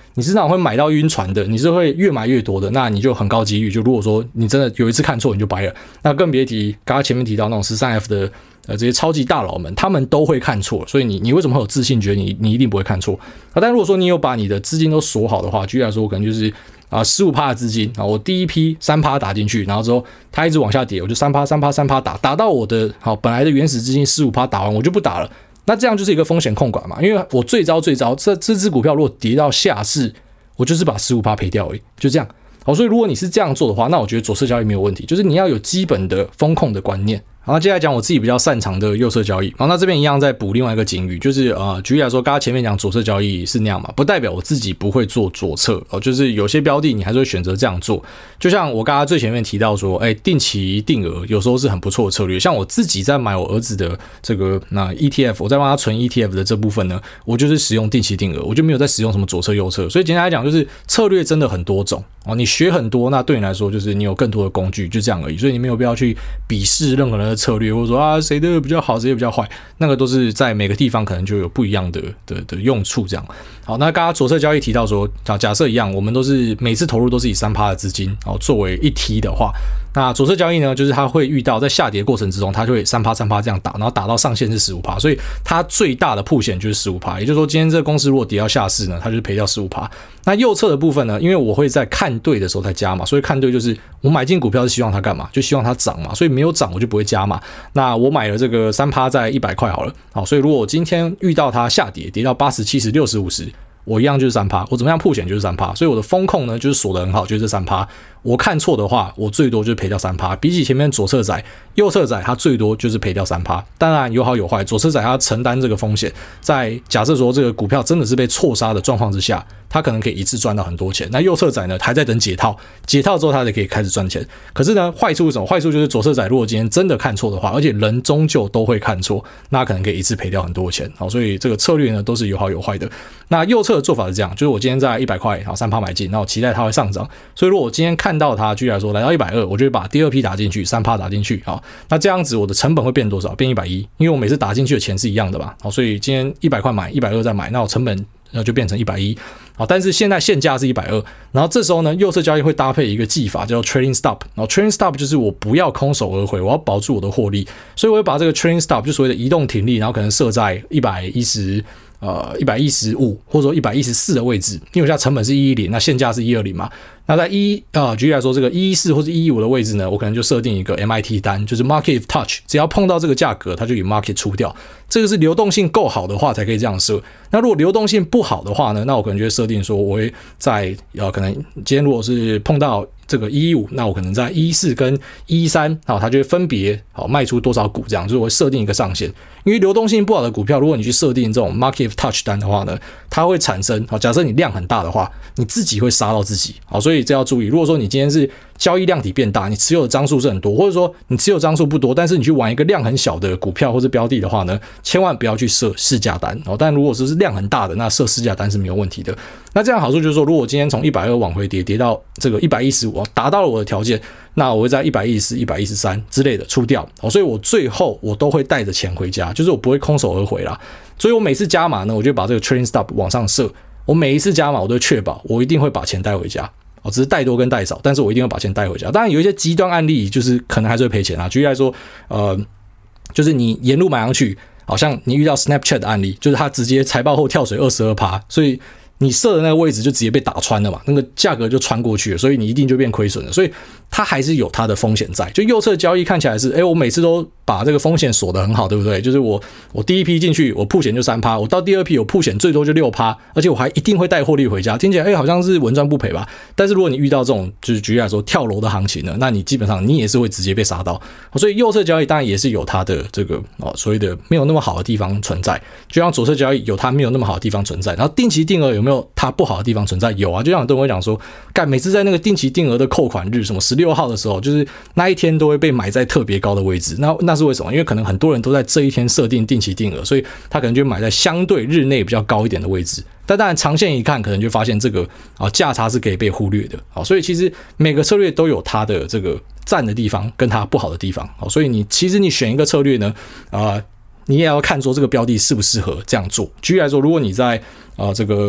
Speaker 1: 你市场会买到晕船的，你是会越买越多的，那你就很高几率，就如果说你真的有一次看错你就掰了，那更别提刚刚前面提到那种 十三 F 的呃这些超级大佬们，他们都会看错，所以你你为什么会有自信觉得你你一定不会看错啊？但如果说你有把你的资金都锁好的话，举例来说，可能就是啊 百分之十五 的资金啊，我第一批 百分之三 打进去，然后之后它一直往下跌，我就 百分之三 百分之三 百分之三 打，打到我的好本来的原始资金 百分之十五 打完，我就不打了。那这样就是一个风险控管嘛，因为我最糟最糟，这这只股票如果跌到下市，我就是把 百分之十五 赔掉而已，就这样。好，所以如果你是这样做的话，那我觉得左侧交易没有问题，就是你要有基本的风控的观念。好，那接下来讲我自己比较擅长的右侧交易。好，那这边一样再补另外一个警语，就是呃，举例来说，刚刚前面讲左侧交易是那样嘛，不代表我自己不会做左侧哦，就是有些标的你还是会选择这样做。就像我刚刚最前面提到说，哎，定期定额有时候是很不错的策略。像我自己在买我儿子的这个那 E T F， 我在帮他存 E T F 的这部分呢，我就是使用定期定额，我就没有在使用什么左侧右侧。所以简单来讲，就是策略真的很多种哦，你学很多，那对你来说就是你有更多的工具，就这样而已。所以你没有必要去鄙视任何人的策略，或者说啊谁的比较好，谁的比较坏，那个都是在每个地方可能就有不一样的的的用处。这样好，那刚刚左侧交易提到说，假设一样，我们都是每次投入都是以 百分之三 的资金哦作为一梯的话，那左侧交易呢，就是它会遇到在下跌过程之中，它就会 百分之三 百分之三 这样打，然后打到上限是 百分之十五， 所以它最大的曝险就是 百分之十五， 也就是说今天这个公司如果跌到下市呢，它就是赔掉 百分之十五。 那右侧的部分呢，因为我会在看对的时候才加嘛，所以看对就是我买进股票是希望它干嘛，就希望它涨嘛，所以没有涨我就不会加嘛。那我买了这个 百分之三 在一百块好了，好，所以如果我今天遇到它下跌，跌到八十、七十、六十、五十，我一样就是 百分之三， 我怎么样曝险就是 百分之三， 所以我的风控呢就是锁得很好，就是这 百分之三。 我看错的话，我最多就是赔掉 百分之三， 比起前面左侧仔、右侧仔，它最多就是赔掉 百分之三。 当然有好有坏，左侧仔它承担这个风险，在假设说这个股票真的是被错杀的状况之下，它可能可以一次赚到很多钱。那右侧仔呢还在等解套，解套之后它才可以开始赚钱。可是呢坏处是什么？坏处就是左侧仔如果今天真的看错的话，而且人终究都会看错，那可能可以一次赔掉很多钱。好，所以这个策略呢都是有好有坏的。那右侧的做法是这样，就是我今天在一百块，好 百分之三 买进，那我期待它会上涨，所以如果我今天看到它，举例来说来到一百二十，我就会把第二批打进去 百分之三 打进去。好，那这样子我的成本会变多少？变一百一十，因为我每次打进去的钱是一样的嘛。好，所以今天一百块买，一百二十再买，那我成本那就变成一百一十。好，但是现在现价是一百二十，然后这时候呢，右侧交易会搭配一个技法叫做 trading stop。然后 trading stop 就是我不要空手而回，我要保住我的获利，所以我会把这个 trading stop 就所谓的移动停利，然后可能设在一百一十。呃，一百一十五或者说一百一十四的位置，因为我现在成本是一百一十，那现价是一百二十嘛。那在一呃，举例来说，这个一百一十四或是一百一十五的位置呢，我可能就设定一个 M I T 单，就是 Market Touch， 只要碰到这个价格，它就以 Market 出掉。这个是流动性够好的话才可以这样设。那如果流动性不好的话呢，那我可能就会设定说，我会在呃，可能今天如果是碰到这个一百一十五，那我可能在一百一十四跟一百一十三，好，它就会分别好卖出多少股，这样就是我会设定一个上限。因为流动性不好的股票，如果你去设定这种 Market Touch 单的话呢，它会产生好，假设你量很大的话，你自己会杀到自己，好，所以这要注意。如果说你今天是交易量体变大，你持有的张数是很多，或者说你持有张数不多，但是你去玩一个量很小的股票或者标的的话呢，千万不要去设市价单哦。但如果是量很大的，那设市价单是没有问题的。那这样好处就是说，如果我今天从一百二十往回跌，跌到这个一百一十五，达到了我的条件，那我会在一百一十四、一百一十三之类的出掉，所以我最后我都会带着钱回家，就是我不会空手而回啦。所以我每次加码呢，我就把这个 trading stop 往上设，我每一次加码我都确保我一定会把钱带回家。哦，只是带多跟带少，但是我一定会把钱带回家。当然有一些极端案例，就是可能还是会赔钱啊。举例来说，呃，就是你沿路买上去，好像你遇到 Snapchat 的案例，就是它直接财报后跳水 百分之二十二， 所以你设的那个位置就直接被打穿了嘛，那个价格就穿过去了，所以你一定就变亏损了。所以它还是有它的风险在。就右侧交易看起来是，哎，我每次都把这个风险锁得很好，对不对？就是我我第一批进去，我曝险就 百分之三， 我到第二批我曝险最多就 百分之六， 而且我还一定会带获利回家。听起来哎好像是稳赚不赔吧？但是如果你遇到这种就是举例来说跳楼的行情呢，那你基本上你也是会直接被杀到。所以右侧交易当然也是有它的这个哦所谓的没有那么好的地方存在，就像左侧交易有它没有那么好的地方存在。然后定期定额有没有它不好的地方存在？有啊，就像很多人会讲说，干每次在那个定期定额的扣款日，什么十六号的时候，就是那一天都会被买在特别高的位置。那那是为什么？因为可能很多人都在这一天设定定期定额，所以他可能就买在相对日内比较高一点的位置。但当然长线一看，可能就发现这个啊价差是可以被忽略的。好，所以其实每个策略都有它的这个赞的地方跟它不好的地方。好，所以你其实你选一个策略呢，啊、呃，你也要看说这个标的适不适合这样做。举例来说，如果你在啊、呃、这个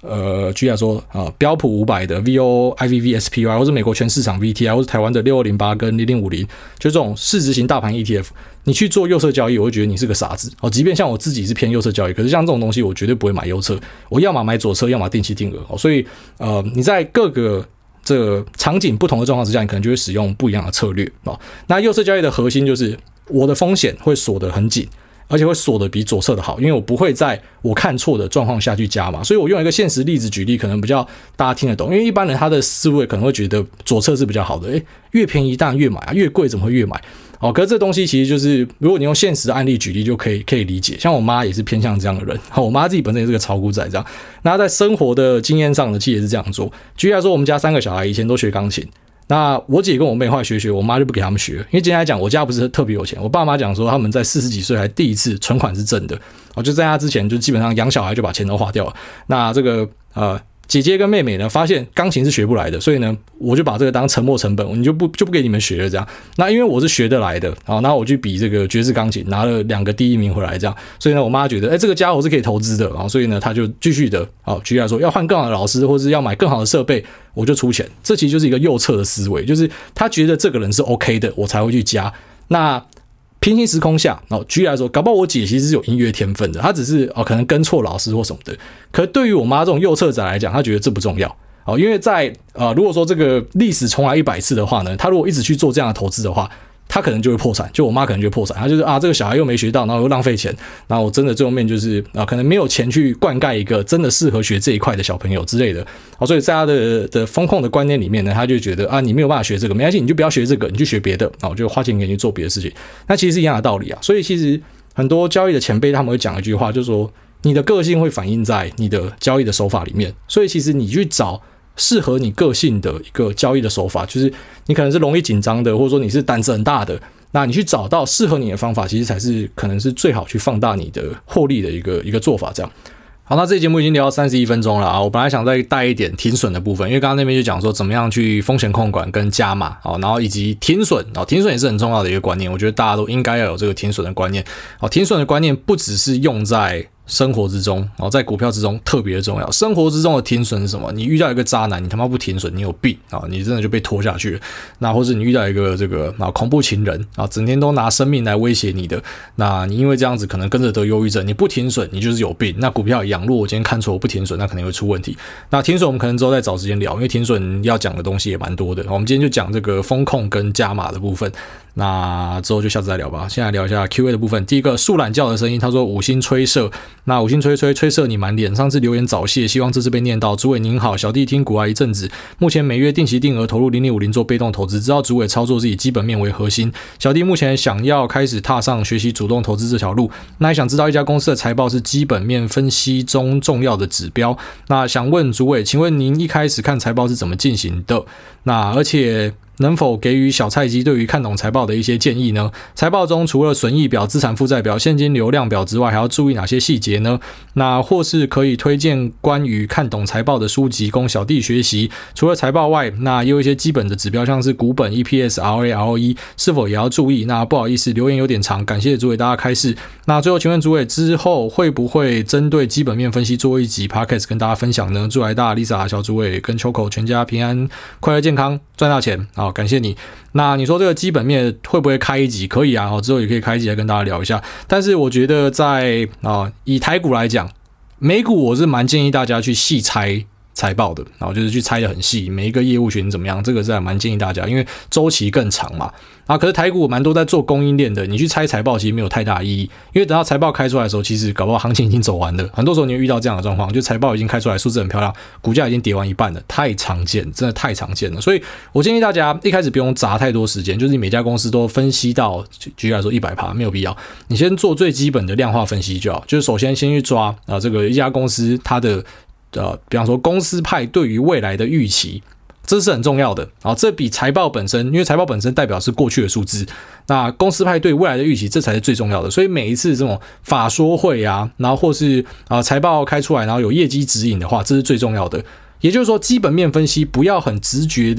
Speaker 1: 呃，举例来说啊、呃，标普五百的 V O I V V S P Y， 或是美国全市场 V T I， 或是台湾的六二零八跟零零五零，就这种市值型大盘 E T F， 你去做右侧交易，我会觉得你是个傻子哦。即便像我自己是偏右侧交易，可是像这种东西，我绝对不会买右侧，我要么买左侧，要么定期定额哦。所以呃，你在各个这个场景不同的状况之下，你可能就会使用不一样的策略哦。那右侧交易的核心就是我的风险会锁得很紧。而且会锁得比左侧的好，因为我不会在我看错的状况下去加嘛，所以我用一个现实例子举例，可能比较大家听得懂。因为一般人他的思维可能会觉得左侧是比较好的，诶，越便宜当然越买啊，越贵怎么会越买？哦，可是这东西其实就是，如果你用现实的案例举例，就可以可以理解。像我妈也是偏向这样的人，我妈自己本身也是个炒股仔这样，那在生活的经验上呢，其实也是这样做。举例来说，我们家三个小孩以前都学钢琴。那我姐跟我妹后来学学，我妈就不给他们学，因为今天来讲，我家不是特别有钱。我爸妈讲说，他们在四十几岁还第一次存款是正的，哦，就在他之前，就基本上养小孩就把钱都花掉了。那这个呃。姐姐跟妹妹呢，发现钢琴是学不来的，所以呢，我就把这个当沉没成本，你就不就不给你们学了这样。那因为我是学得来的，好，那我去比这个爵士钢琴，拿了两个第一名回来这样，所以呢，我妈觉得，哎，这个家伙是可以投资的，然后所以呢，她就继续的，好，举例来说，要换更好的老师，或是要买更好的设备，我就出钱。这其实就是一个右侧的思维，就是他觉得这个人是 OK 的，我才会去加。那平行时空下，哦，举例来说，搞不好我姐其实是有音乐天分的，她只是哦可能跟错老师或什么的。可对于我妈这种右侧仔来讲，她觉得这不重要哦，因为在呃如果说这个历史重来一百次的话呢，她如果一直去做这样的投资的话，他可能就会破产，就我妈可能就会破产，他就是啊，这个小孩又没学到，然后又浪费钱，然后我真的最后面就是啊，可能没有钱去灌溉一个真的适合学这一块的小朋友之类的，好，所以在他的的风控的观念里面呢，他就觉得啊，你没有办法学这个，没关系，你就不要学这个，你去学别的，然后就花钱给你做别的事情，那其实是一样的道理啊。所以其实很多交易的前辈他们会讲一句话，就是说你的个性会反映在你的交易的手法里面，所以其实你去找适合你个性的一个交易的手法，就是你可能是容易紧张的，或者说你是胆子很大的，那你去找到适合你的方法，其实才是可能是最好去放大你的获利的一个一个做法。这样，好，那这期节目已经聊到三十一分钟了啊，我本来想再带一点停损的部分，因为刚刚那边就讲说怎么样去风险控管跟加码，好，然后以及停损，好，停损也是很重要的一个观念，我觉得大家都应该要有这个停损的观念。好，停损的观念不只是用在生活之中，在股票之中特别重要。生活之中的停损是什么？你遇到一个渣男，你他妈不停损，你有病啊！你真的就被拖下去了。那或是你遇到一个这个啊恐怖情人啊，整天都拿生命来威胁你的，那你因为这样子可能跟着得忧郁症，你不停损，你就是有病。那股票一样，如果我今天看错我不停损，那肯定会出问题。那停损我们可能之后再找时间聊，因为停损要讲的东西也蛮多的。我们今天就讲这个风控跟加码的部分。那之后就下次再聊吧。现在聊一下 Q A 的部分。第一个树懒叫的声音，他说五星吹射，那五星吹吹吹射你满脸。上次留言早泄，希望这次被念到。主委您好，小弟听股癌一阵子，目前每月定期定额投入零零五零做被动投资，知道主委操作是以基本面为核心。小弟目前想要开始踏上学习主动投资这条路，那也想知道一家公司的财报是基本面分析中重要的指标。那想问主委，请问您一开始看财报是怎么进行的？那而且能否给予小菜鸡对于看懂财报的一些建议呢？财报中除了损益表、资产负债表、现金流量表之外，还要注意哪些细节呢？那或是可以推荐关于看懂财报的书籍供小弟学习。除了财报外，那也有一些基本的指标，像是股本、E P S、R A R O E 是否也要注意？那不好意思，留言有点长，感谢主委大家开示。那最后请问主委之后会不会针对基本面分析做一集 Podcast 跟大家分享呢？祝来大 Lisa 小主委跟 Choco 全家平安、快乐、健康，赚大钱。好，感谢你。那你说这个基本面会不会开一集？可以啊，之后也可以开一集来跟大家聊一下。但是我觉得在啊，以台股来讲，美股我是蛮建议大家去细拆财报的，然后就是去拆得很细，每一个业务群怎么样，这个是还蛮建议大家，因为周期更长嘛。啊，可是台股蛮多在做供应链的，你去拆财报其实没有太大意义，因为等到财报开出来的时候，其实搞不好行情已经走完了。很多时候你会遇到这样的状况，就财报已经开出来，数字很漂亮，股价已经跌完一半了，太常见，真的太常见了。所以我建议大家一开始不用砸太多时间，就是你每家公司都分析到，举例来说 百分之百 没有必要，你先做最基本的量化分析就好，就是首先先去抓啊这个一家公司它的呃，比方说公司派对于未来的预期。这是很重要的，好，这比财报本身，因为财报本身代表是过去的数字，那公司派对未来的预期，这才是最重要的。所以每一次这种法说会啊，然后或是啊财报开出来，然后有业绩指引的话，这是最重要的。也就是说，基本面分析不要很直觉的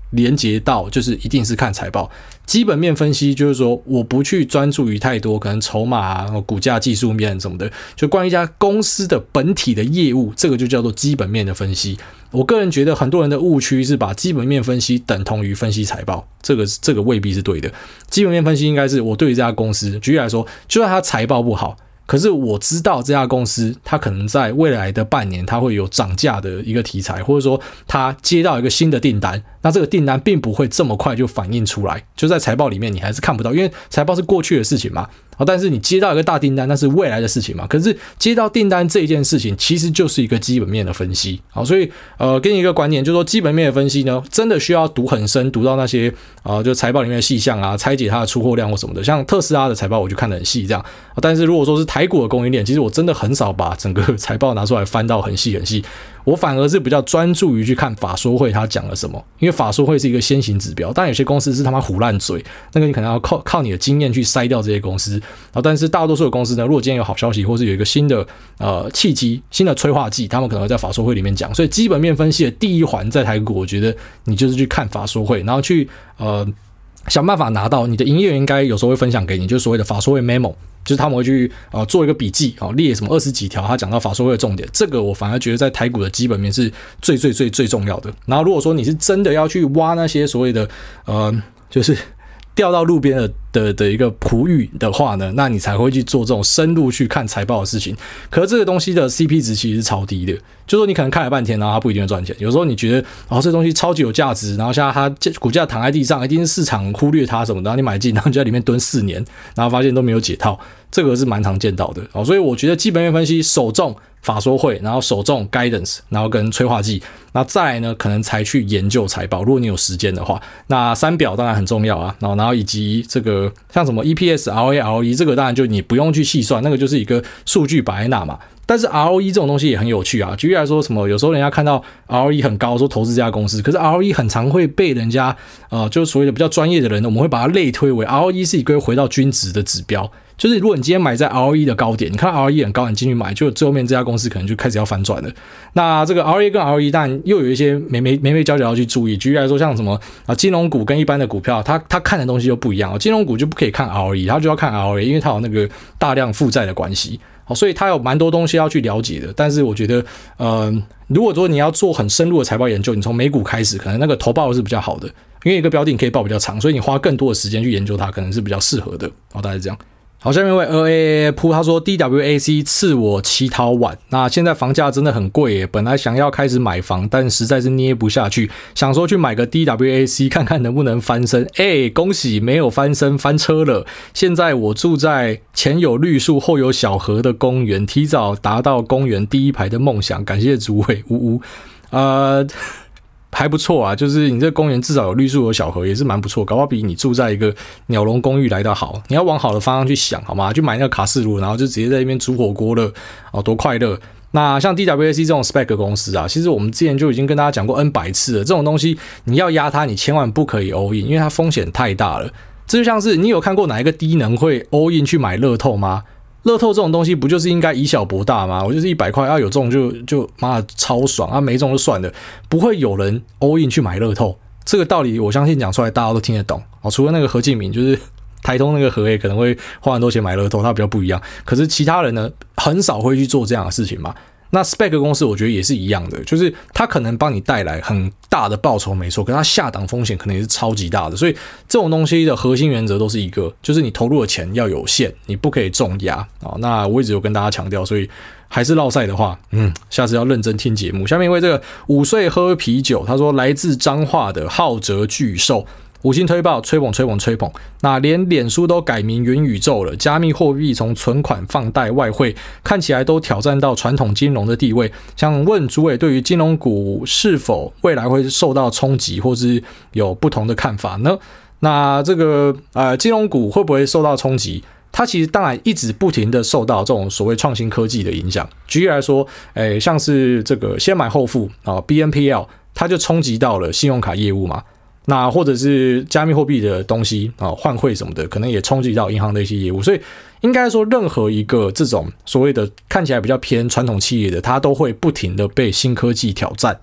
Speaker 1: 连接到就是一定是看财报。基本面分析就是说我不去专注于太多可能筹码啊、股价技术面什么的，就关于一家公司的本体的业务，这个就叫做基本面的分析。我个人觉得很多人的误区是把基本面分析等同于分析财报，这个这个未必是对的。基本面分析应该是我对于这家公司，举例来说，就算它财报不好，可是我知道这家公司它可能在未来的半年它会有涨价的一个题材，或者说它接到一个新的订单，那这个订单并不会这么快就反映出来，就在财报里面你还是看不到，因为财报是过去的事情嘛。但是你接到一个大订单，那是未来的事情嘛。可是接到订单这一件事情，其实就是一个基本面的分析。好，所以呃，给你一个观念，就是说基本面的分析呢，真的需要读很深，读到那些呃，就财报里面的细项啊，拆解它的出货量或什么的。像特斯拉的财报，我就看得很细这样。但是如果说是台股的供应链，其实我真的很少把整个财报拿出来翻到很细很细。我反而是比较专注于去看法说会他讲了什么，因为法说会是一个先行指标，但有些公司是他妈胡烂嘴，那个你可能要靠靠你的经验去筛掉这些公司。但是大多数的公司呢，如果今天有好消息，或是有一个新的呃契机、新的催化剂，他们可能会在法说会里面讲。所以基本面分析的第一环在台股，我觉得你就是去看法说会，然后去呃想办法拿到你的营业员应该有时候会分享给你，就是所谓的法说会 memo。就是他们会去呃做一个笔记，哦，列什么二十几条，他讲到法说会的重点，这个我反而觉得在台股的基本面是最最最最重要的。然后如果说你是真的要去挖那些所谓的呃，就是掉到路边的的的一个璞玉的话呢，那你才会去做这种深入去看财报的事情。可是这个东西的 C P 值其实是超低的，就说你可能看了半天，然后它不一定会赚钱。有时候你觉得哦这东西超级有价值，然后现在它股价躺在地上，一定是市场忽略它什么的，然后你买进，然后就在里面蹲四年，然后发现都没有解套，这个是蛮常见到的。哦，所以我觉得基本面分析首重法说会，然后首重 guidance， 然后跟催化剂，那再来呢可能才去研究财报。如果你有时间的话，那三表当然很重要啊，然后然后以及这个像什么 E P S、R O E、R O E， 这个当然就你不用去细算，那个就是一个数据摆在那嘛。但是 R O E 这种东西也很有趣啊，举例来说，什么有时候人家看到 R O E 很高，说投资这家公司，可是 R O E 很常会被人家呃，就是所谓的比较专业的人，我们会把它类推为 R O E 是一个回到均值的指标。就是如果你今天买在 R O E 的高点，你看 R O E 很高，你进去买，就最后面这家公司可能就开始要翻转了。那这个 R O E 跟 R O E 当然又有一些眉眉眉眉角角要去注意。举例来说，像什么啊金融股跟一般的股票，它它看的东西又不一样。金融股就不可以看 R O E， 它就要看 R O E， 因为它有那个大量负债的关系。好，所以它有蛮多东西要去了解的。但是我觉得，呃，如果说你要做很深入的财报研究，你从美股开始，可能那个投报是比较好的，因为一个标的你可以报比较长，所以你花更多的时间去研究它，可能是比较适合的。好，大概是这样。好，下面一位 A A A 铺他说 D W A C 赐我乞讨碗，那现在房价真的很贵耶，本来想要开始买房，但实在是捏不下去，想说去买个 D W A C 看看能不能翻身。哎，恭喜没有翻身，翻车了。现在我住在前有绿树后有小河的公园，提早达到公园第一排的梦想，感谢主委，呜呜。呃还不错啊，就是你这个公园至少有绿树有小河，也是蛮不错，搞不好比你住在一个鸟笼公寓来得好。你要往好的方向去想，好吗？去买那个卡式炉，然后就直接在那边煮火锅了，哦，多快乐！那像 D W A C 这种 spec 公司啊，其实我们之前就已经跟大家讲过 N 百次了，这种东西你要压它，你千万不可以 all in， 因为它风险太大了。这就像是你有看过哪一个低能会 all in 去买乐透吗？乐透这种东西不就是应该以小博大吗？我就是一百块，要有中就就妈的超爽啊，没中就算了，不会有人 all in 去买乐透。这个道理我相信讲出来大家都听得懂。哦，除了那个何敬明，就是台通那个何也可能会花很多钱买乐透，他比较不一样。可是其他人呢，很少会去做这样的事情嘛。那 spec 公司我觉得也是一样的，就是它可能帮你带来很大的报酬没错，可是它下档风险可能也是超级大的，所以这种东西的核心原则都是一个，就是你投入的钱要有限，你不可以重压。哦，那我一直有跟大家强调，所以还是落赛的话，嗯，下次要认真听节目。下面一位这个五岁喝啤酒，他说来自彰化的浩哲巨兽。五星推爆，吹捧吹捧吹捧，那连脸书都改名元宇宙了，加密货币从存款、放贷、外汇，看起来都挑战到传统金融的地位。想问主委，对于金融股是否未来会受到冲击，或是有不同的看法呢？那这个呃，金融股会不会受到冲击？它其实当然一直不停的受到这种所谓创新科技的影响。举例来说，诶，像是这个先买后付啊 ，B N P L， 它就冲击到了信用卡业务嘛。那或者是加密货币的东西啊，换汇什么的，可能也冲击到银行的一些业务，所以应该说，任何一个这种所谓的看起来比较偏传统企业的，它都会不停的被新科技挑战。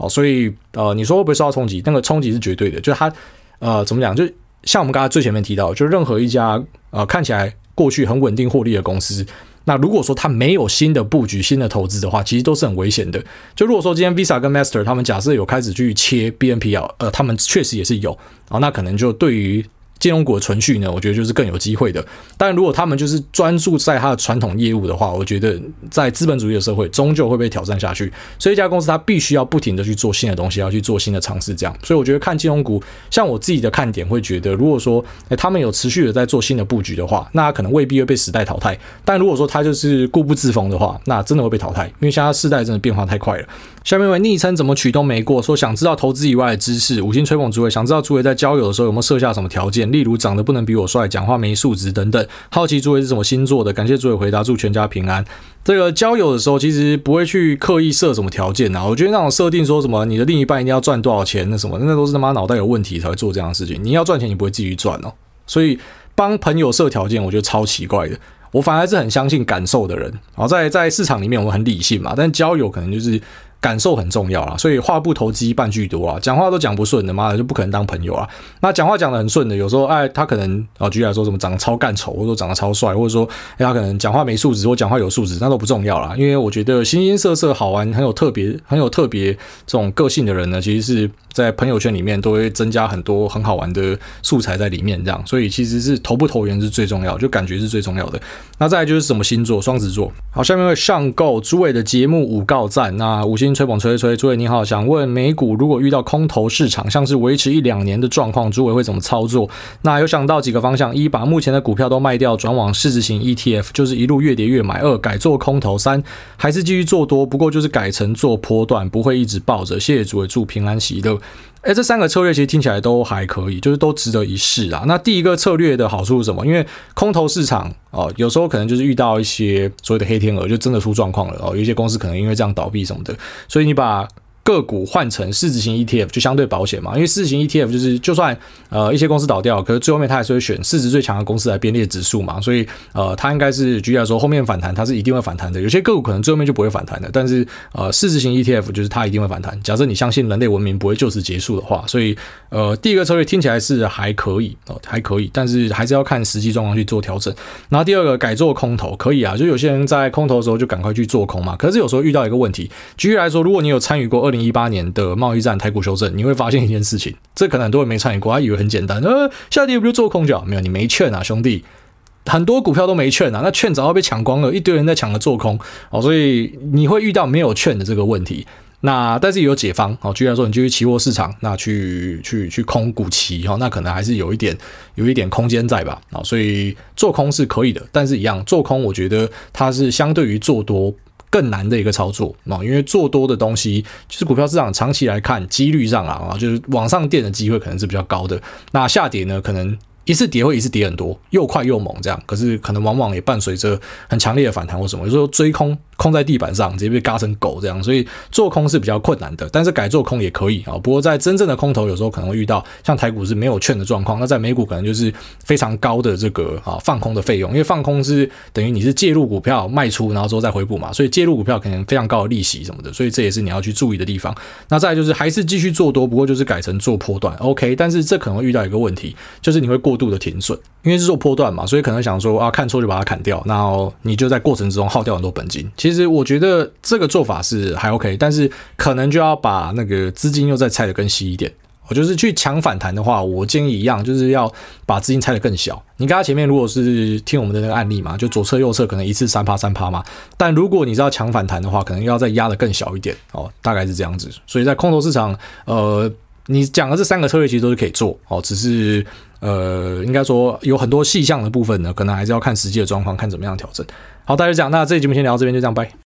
Speaker 1: 好，所以呃，你说会不会受到冲击？那个冲击是绝对的，就是它呃怎么讲？就像我们刚才最前面提到，就任何一家呃看起来过去很稳定获利的公司。那如果说它没有新的布局、新的投资的话，其实都是很危险的。就如果说今天 Visa 跟 Master 他们假设有开始去切 B N P L， 呃，他们确实也是有，啊，那可能就对于金融股的存续呢，我觉得就是更有机会的。但如果他们就是专注在它的传统业务的话，我觉得在资本主义的社会终究会被挑战下去。所以一家公司它必须要不停的去做新的东西，要去做新的尝试，这样。所以我觉得看金融股，像我自己的看点会觉得，如果说、欸、他们有持续的在做新的布局的话，那可能未必会被时代淘汰。但如果说他就是固步自封的话，那真的会被淘汰，因为现在世代真的变化太快了。下面一位昵称怎么取都没过，说想知道投资以外的知识，五星吹捧主委，想知道主委在交友的时候有没有设下什么条件，例如长得不能比我帅，讲话没素质等等。好奇主委是什么星座的？感谢主委回答，祝全家平安。这个交友的时候其实不会去刻意设什么条件啊，我觉得那种设定说什么你的另一半一定要赚多少钱，那什么那都是他妈脑袋有问题才会做这样的事情。你要赚钱你不会自己去赚哦，所以帮朋友设条件我觉得超奇怪的。我反而是很相信感受的人，然后在在市场里面我们很理性嘛，但交友可能就是感受很重要啦，所以话不投机半句多啦，讲话都讲不顺的，妈的就不可能当朋友啦。那讲话讲得很顺的，有时候哎，他可能啊，举例来说什么长得超干丑，或者说长得超帅，或者说哎他可能讲话没素质，或讲话有素质，那都不重要啦。因为我觉得形形色色、好玩、很有特别、很有特别这种个性的人呢，其实是在朋友圈里面都会增加很多很好玩的素材在里面，这样。所以其实是投不投缘是最重要，就感觉是最重要的。那再来就是什么星座，双子座。好，下面会上购诸位的节目五告赞，那五星吹捧吹吹，诸位你好，想问美股如果遇到空头市场，像是维持一两年的状况，诸位会怎么操作？那有想到几个方向：一，把目前的股票都卖掉，转往市值型 E T F， 就是一路越跌越买；二，改做空头；三，还是继续做多，不过就是改成做波段，不会一直抱着。谢谢诸位，祝平安喜乐。哎，这三个策略其实听起来都还可以，就是都值得一试啊。那第一个策略的好处是什么？因为空头市场哦，有时候可能就是遇到一些所谓的黑天鹅，就真的出状况了哦。有一些公司可能因为这样倒闭什么的，所以你把个股换成市值型 E T F 就相对保险嘛，因为市值型 E T F 就是就算呃一些公司倒掉，可是最后面它还是会选市值最强的公司来编列指数嘛，所以呃它应该是举例来说后面反弹它是一定会反弹的，有些个股可能最后面就不会反弹的，但是呃市值型 E T F 就是它一定会反弹。假设你相信人类文明不会就此结束的话，所以呃第一个策略听起来是还可以哦，还可以，但是还是要看实际状况去做调整。然后第二个改做空头可以啊，就有些人在空头的时候就赶快去做空嘛，可是有时候遇到一个问题，举例来说，如果你有参与过二零一八年的贸易战台股修正，你会发现一件事情，这可能很多人没参与过，他以为很简单，呃，下跌不就做空就好？没有，你没券啊，兄弟，很多股票都没券啊，那券早要被抢光了，一堆人在抢着做空哦，所以你会遇到没有券的这个问题。那但是也有解方哦，举例来说，你就去期货市场，那去去去空股期哈，那可能还是有一点有一点空间在吧啊，所以做空是可以的，但是一样做空，我觉得它是相对于做多更难的一个操作，因为做多的东西就是股票市场长期来看几率上啊，就是往上垫的机会可能是比较高的，那下跌呢可能一次跌会一次跌很多，又快又猛这样，可是可能往往也伴随着很强烈的反弹或什么，有时候追空空在地板上直接被嘎成狗这样，所以做空是比较困难的，但是改做空也可以啊。不过在真正的空头有时候可能会遇到像台股是没有券的状况，那在美股可能就是非常高的这个啊放空的费用，因为放空是等于你是介入股票卖出，然后之后再回补嘛，所以介入股票可能非常高的利息什么的，所以这也是你要去注意的地方。那再来就是还是继续做多，不过就是改成做波段 OK， 但是这可能会遇到一个问题，就是你会过度的停损，因为是做波段嘛，所以可能想说啊看错就把它砍掉，然后你就在过程之中耗掉很多本金。其实我觉得这个做法是还 OK， 但是可能就要把那个资金又再拆得更细一点。我就是去抢反弹的话，我建议一样，就是要把资金拆得更小。你刚才前面如果是听我们的那个案例嘛，就左侧右侧可能一次 百分之三 百分之三 嘛，但如果你是要抢反弹的话，可能要再压得更小一点哦，大概是这样子。所以在空头市场，呃，你讲的这三个策略其实都是可以做哦，只是呃，应该说有很多细项的部分呢，可能还是要看实际的状况，看怎么样调整。好，大家就这样，那这期节目先聊到这边，就这样，拜。